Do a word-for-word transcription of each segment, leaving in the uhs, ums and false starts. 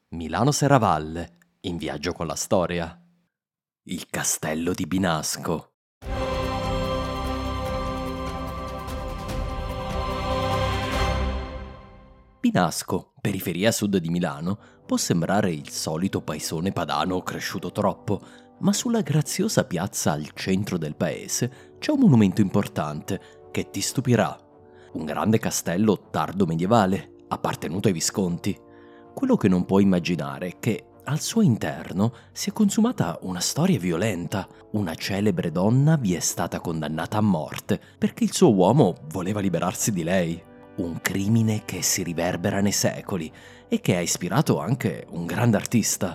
Milano Serravalle, in viaggio con la storia. Il castello di Binasco. Binasco, periferia sud di Milano, può sembrare il solito paesone padano cresciuto troppo, ma sulla graziosa piazza al centro del paese c'è un monumento importante che ti stupirà. Un grande castello tardo medievale, appartenuto ai Visconti. Quello che non puoi immaginare è che al suo interno si è consumata una storia violenta. Una celebre donna vi è stata condannata a morte perché il suo uomo voleva liberarsi di lei. Un crimine che si riverbera nei secoli e che ha ispirato anche un grande artista.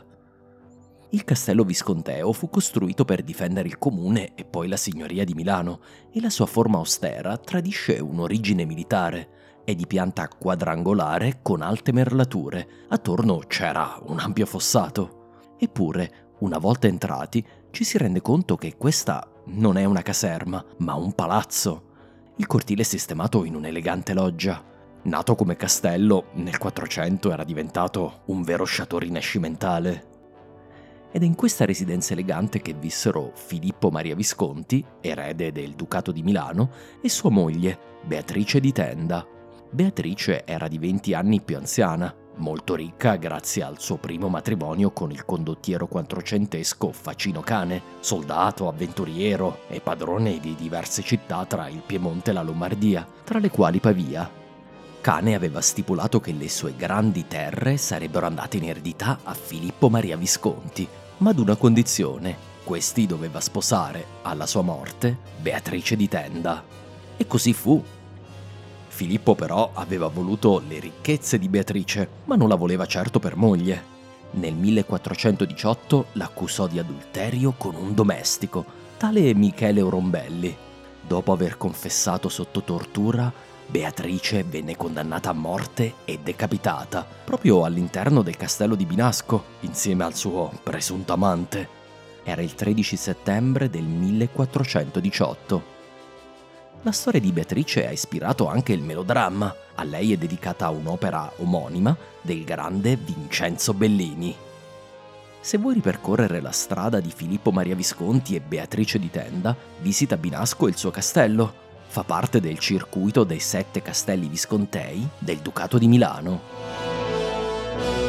Il castello visconteo fu costruito per difendere il comune e poi la signoria di Milano, e la sua forma austera tradisce un'origine militare. È di pianta quadrangolare con alte merlature. Attorno c'era un ampio fossato. Eppure, una volta entrati, ci si rende conto che questa non è una caserma, ma un palazzo. Il cortile è sistemato in un'elegante loggia. Nato come castello, nel Quattrocento era diventato un vero chateau rinascimentale. Ed è in questa residenza elegante che vissero Filippo Maria Visconti, erede del Ducato di Milano, e sua moglie, Beatrice di Tenda. Beatrice era di venti anni più anziana, molto ricca grazie al suo primo matrimonio con il condottiero quattrocentesco Facino Cane, soldato, avventuriero e padrone di diverse città tra il Piemonte e la Lombardia, tra le quali Pavia. Cane aveva stipulato che le sue grandi terre sarebbero andate in eredità a Filippo Maria Visconti, ma ad una condizione: questi doveva sposare, alla sua morte, Beatrice di Tenda. E così fu. Filippo però aveva voluto le ricchezze di Beatrice, ma non la voleva certo per moglie. Nel millequattrocentodiciotto l'accusò di adulterio con un domestico, tale Michele Orombelli. Dopo aver confessato sotto tortura, Beatrice venne condannata a morte e decapitata, proprio all'interno del castello di Binasco, insieme al suo presunto amante. Era il tredici settembre del millequattrocentodiciotto. La storia di Beatrice ha ispirato anche il melodramma. A lei è dedicata un'opera omonima del grande Vincenzo Bellini. Se vuoi ripercorrere la strada di Filippo Maria Visconti e Beatrice di Tenda, visita Binasco e il suo castello. Fa parte del circuito dei sette castelli viscontei del Ducato di Milano.